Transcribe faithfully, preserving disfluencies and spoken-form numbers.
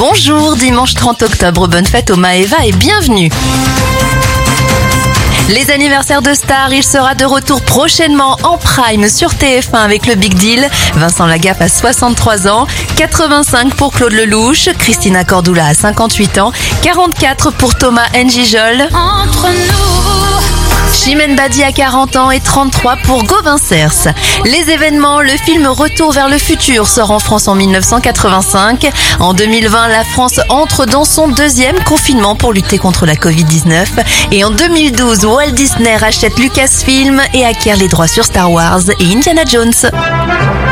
Bonjour, dimanche trente octobre, bonne fête au Maeva et bienvenue. Les anniversaires de stars, il sera de retour prochainement en prime sur T F un avec le Big Deal. Vincent Lagaffe a soixante-trois ans, quatre-vingt-cinq pour Claude Lelouch, Christina Cordula a cinquante-huit ans, quarante-quatre pour Thomas N'Gijol. Entre nous. Chimène Badi a quarante ans et trente-trois pour Gauvin Cers. Les événements, le film Retour vers le futur sort en France en dix-neuf cent quatre-vingt-cinq. En deux mille vingt, la France entre dans son deuxième confinement pour lutter contre la covid dix-neuf. Et en deux mille douze, Walt Disney rachète Lucasfilm et acquiert les droits sur Star Wars et Indiana Jones.